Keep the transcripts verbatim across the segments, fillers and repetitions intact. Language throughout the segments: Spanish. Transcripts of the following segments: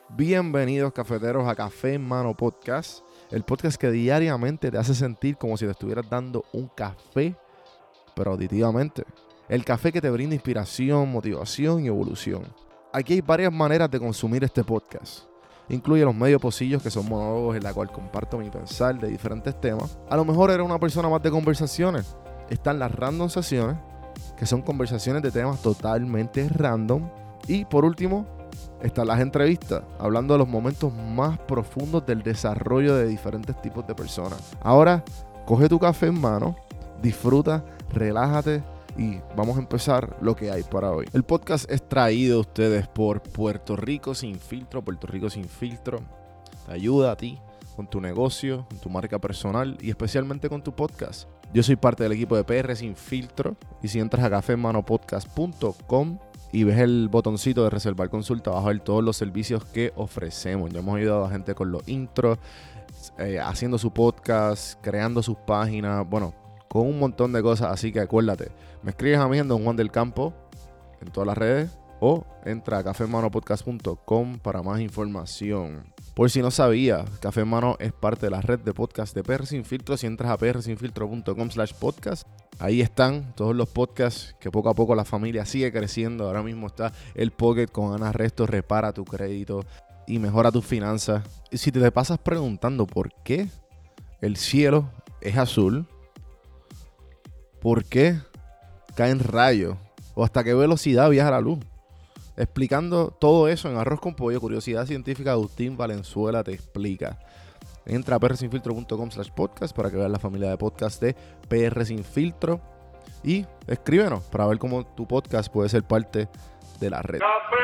Bienvenidos cafeteros a Café en Mano Podcast, el podcast que diariamente te hace sentir como si te estuvieras dando un café, pero auditivamente. El café que te brinda inspiración, motivación y evolución. Aquí hay varias maneras de consumir este podcast. Incluye los medios pocillos, que son monólogos en la cual comparto mi pensar de diferentes temas. A lo mejor eres una persona más de conversaciones. Están las random sesiones, que son conversaciones de temas totalmente random. Y por último, están las entrevistas, hablando de los momentos más profundos del desarrollo de diferentes tipos de personas. Ahora, coge tu café en mano, disfruta, relájate y vamos a empezar lo que hay para hoy. El podcast es traído a ustedes por Puerto Rico Sin Filtro. Puerto Rico Sin Filtro te ayuda a ti con tu negocio, con tu marca personal y especialmente con tu podcast. Yo soy parte del equipo de P R Sin Filtro y si entras a café en mano podcast punto com y ves el botoncito de reservar consulta, vas a ver todos los servicios que ofrecemos. Ya hemos ayudado a gente con los intros, eh, haciendo su podcast, creando sus páginas, bueno, con un montón de cosas. Así que acuérdate, me escribes a mí en Don Juan del Campo en todas las redes o entra a café en mano podcast punto com para más información. Por si no sabía, Café en Mano es parte de la red de podcast de P R Sin Filtro. Si entras a p r sin filtro punto com slash podcast, ahí están todos los podcasts que poco a poco la familia sigue creciendo. Ahora mismo está el Pocket con Ana Resto, repara tu crédito y mejora tus finanzas. Y si te pasas preguntando por qué el cielo es azul, por qué caen rayos o hasta qué velocidad viaja la luz, explicando todo eso en Arroz con Pollo, Curiosidad Científica, Agustín Valenzuela te explica. Entra a p r sin filtro punto com slash podcast para que veas la familia de podcast de P R Sin Filtro y escríbenos para ver cómo tu podcast puede ser parte de la red.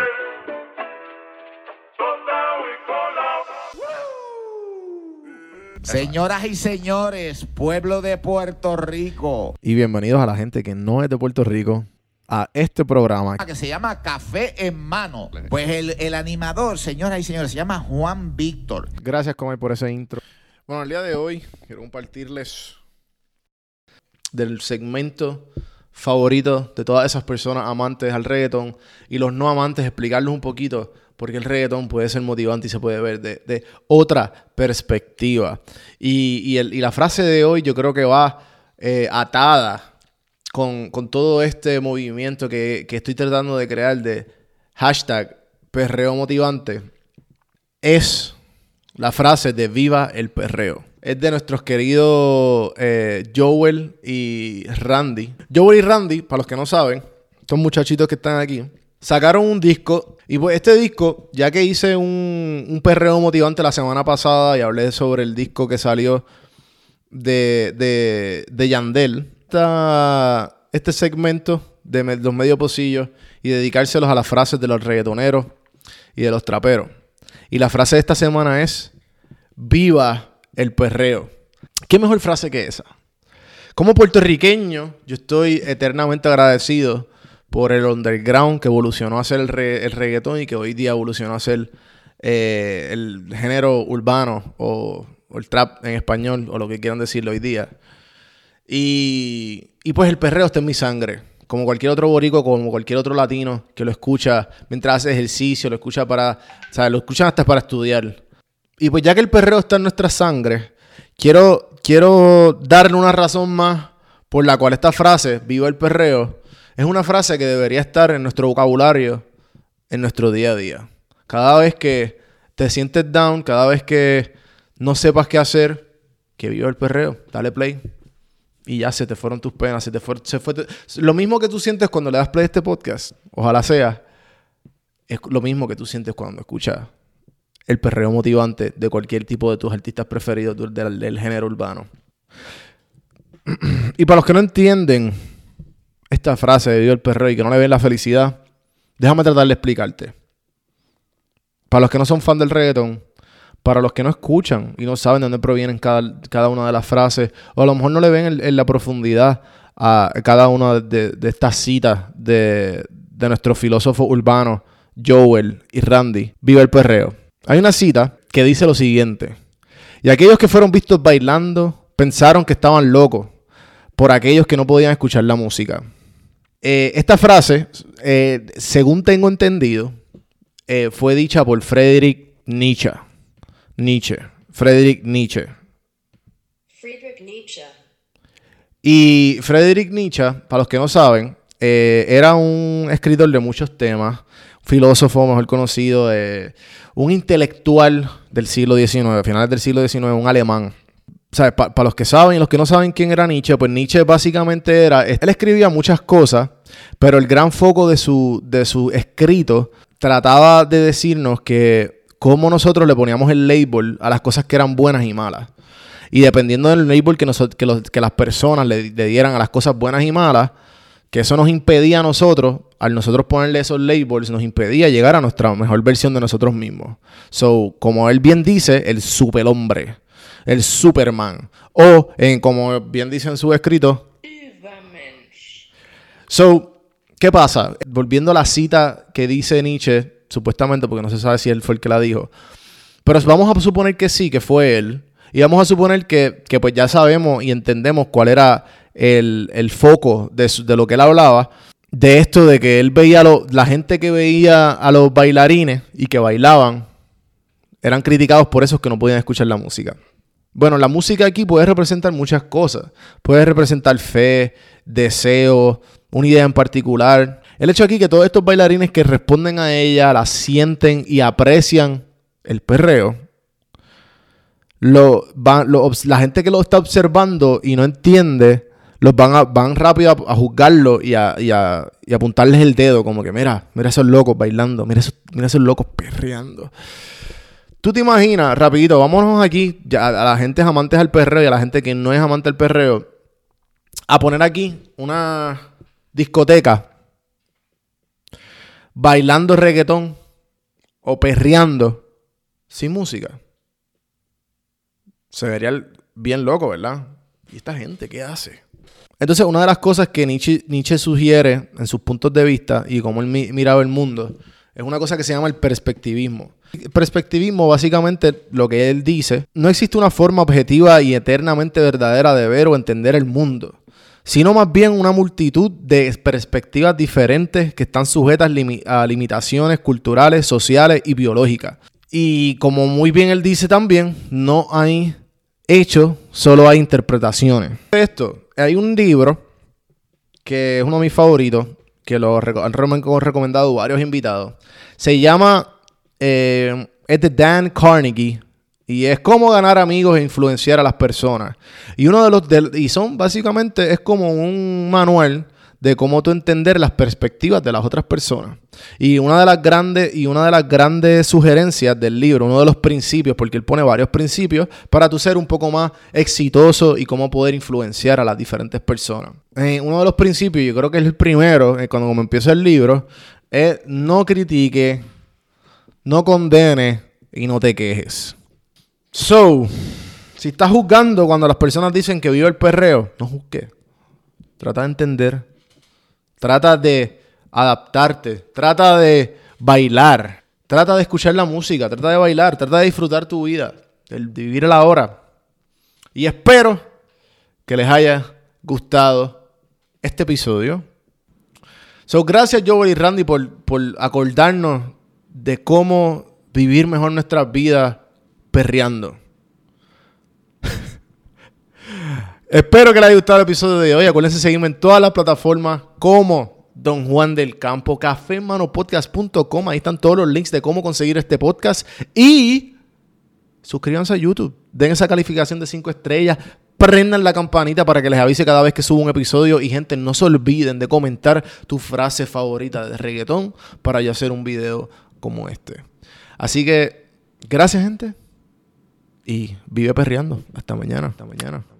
Señoras y señores, pueblo de Puerto Rico. Y bienvenidos a la gente que no es de Puerto Rico a este programa Que se llama Café en Mano. Pues el, el animador, señoras y señores, se llama Juan Víctor. Gracias, Comay, por ese intro. Bueno, el día de hoy quiero compartirles del segmento favorito de todas esas personas amantes al reggaetón y los no amantes, explicarles un poquito porque el reggaetón puede ser motivante y se puede ver de, de otra perspectiva. Y, y, el, y la frase de hoy yo creo que va eh, atada con, con todo este movimiento que, que estoy tratando de crear de hashtag perreo motivante. Es la frase de Viva el Perreo. Es de nuestros queridos eh, Joel y Randy. Joel y Randy, para los que no saben, estos muchachitos que están aquí, sacaron un disco. Y pues este disco, ya que hice un, un perreo motivante la semana pasada y hablé sobre el disco que salió de, de, de Yandel, esta, este segmento de me, los medios pocillos y dedicárselos a las frases de los reggaetoneros y de los traperos. Y la frase de esta semana es: ¡Viva el perreo! ¿Qué mejor frase que esa? Como puertorriqueño, yo estoy eternamente agradecido por el underground que evolucionó a ser el, re, el reggaetón y que hoy día evolucionó a ser eh, el género urbano o, o el trap en español o lo que quieran decirlo hoy día. Y, y pues el perreo está en mi sangre. Como cualquier otro boricua, como cualquier otro latino que lo escucha mientras hace ejercicio, lo escucha para, o sea, lo escuchan hasta para estudiar. Y pues ya que el perreo está en nuestra sangre, quiero, quiero darle una razón más por la cual esta frase, viva el perreo, es una frase que debería estar en nuestro vocabulario, en nuestro día a día. Cada vez que te sientes down, cada vez que no sepas qué hacer, que viva el perreo, dale play. Y ya se te fueron tus penas, se te fue, se fue te... Lo mismo que tú sientes cuando le das play a este podcast, ojalá sea, es lo mismo que tú sientes cuando escuchas el perreo motivante de cualquier tipo de tus artistas preferidos del, del, del género urbano. Y para los que no entienden esta frase de viva el perreo y que no le ven la felicidad, déjame tratar de explicarte. Para los que no son fan del reggaetón, para los que no escuchan y no saben de dónde provienen cada, cada una de las frases, o a lo mejor no le ven en la profundidad a cada una de, de estas citas de, de nuestros filósofos urbanos, Joel y Randy, viva el perreo. Hay una cita que dice lo siguiente: y aquellos que fueron vistos bailando pensaron que estaban locos por aquellos que no podían escuchar la música. Eh, esta frase, eh, según tengo entendido, eh, fue dicha por Frederick Nietzsche. Nietzsche. Friedrich Nietzsche. Friedrich Nietzsche. Y Friedrich Nietzsche, para los que no saben, eh, era un escritor de muchos temas, filósofo mejor conocido, eh, un intelectual del siglo diecinueve, finales del siglo diecinueve, un alemán. O sea, para pa los que saben y los que no saben quién era Nietzsche, pues Nietzsche básicamente era... Él escribía muchas cosas, pero el gran foco de su, de su escrito trataba de decirnos que cómo nosotros le poníamos el label a las cosas que eran buenas y malas. Y dependiendo del label que, nosotros, que, los, que las personas le, le dieran a las cosas buenas y malas, que eso nos impedía a nosotros, al nosotros ponerle esos labels, nos impedía llegar a nuestra mejor versión de nosotros mismos. So, como él bien dice, el superhombre, el Superman, o en, como bien dice en su escrito. So, ¿qué pasa? Volviendo a la cita que dice Nietzsche, supuestamente, porque no se sabe si él fue el que la dijo, pero vamos a suponer que sí, que fue él, y vamos a suponer que, que pues ya sabemos y entendemos cuál era el, el foco de, su, de lo que él hablaba, de esto de que él veía, lo, la gente que veía a los bailarines y que bailaban, eran criticados por esos que no podían escuchar la música. Bueno, la música aquí puede representar muchas cosas. Puede representar fe, deseo, una idea en particular. El hecho aquí que todos estos bailarines que responden a ella, la sienten y aprecian el perreo, lo, van, lo, la gente que lo está observando y no entiende, los van, a, van rápido a, a juzgarlo y a, y, a, y a apuntarles el dedo, como que mira, mira esos locos bailando, mira esos, mira esos locos perreando. Tú te imaginas, rapidito, vámonos aquí, ya, a la gente amantes al perreo y a la gente que no es amante al perreo, a poner aquí una discoteca bailando reggaetón o perreando sin música. Se vería bien loco, ¿verdad? ¿Y esta gente qué hace? Entonces, una de las cosas que Nietzsche, Nietzsche sugiere en sus puntos de vista y cómo él mi, miraba el mundo es una cosa que se llama el perspectivismo. El perspectivismo, básicamente, lo que él dice, no existe una forma objetiva y eternamente verdadera de ver o entender el mundo, sino más bien una multitud de perspectivas diferentes que están sujetas limi- a limitaciones culturales, sociales y biológicas. Y como muy bien él dice también, no hay hechos, solo hay interpretaciones. Esto, hay un libro que es uno de mis favoritos, que lo reco- han recomendado varios invitados. Se llama, eh, es de Dan Carnegie, y es cómo ganar amigos e influenciar a las personas. Y uno de los, de, y son básicamente, es como un manual de cómo tú entender las perspectivas de las otras personas. Y una de las grandes, y una de las grandes sugerencias del libro, uno de los principios, porque él pone varios principios para tú ser un poco más exitoso y cómo poder influenciar a las diferentes personas. Eh, uno de los principios, yo creo que es el primero, eh, cuando me empiezo el libro, es no critique, no condenes y no te quejes. So, si estás juzgando cuando las personas dicen que vive el perreo, no juzgues. Trata de entender. Trata de adaptarte. Trata de bailar. Trata de escuchar la música. Trata de bailar. Trata de disfrutar tu vida. De vivir el ahora. Y espero que les haya gustado este episodio. So, gracias Joel y Randy por, por acordarnos de cómo vivir mejor nuestras vidas perreando. Espero que les haya gustado el episodio de hoy. Acuérdense de seguirme en todas las plataformas como Don Juan del Campo, café mano podcast punto com. Ahí están todos los links de cómo conseguir este podcast. Y suscríbanse a YouTube. Den esa calificación de cinco estrellas. Prendan la campanita para que les avise cada vez que subo un episodio. Y gente, no se olviden de comentar tu frase favorita de reggaetón para yo hacer un video como este. Así que, gracias gente. Y vive perreando. Hasta mañana. Hasta mañana.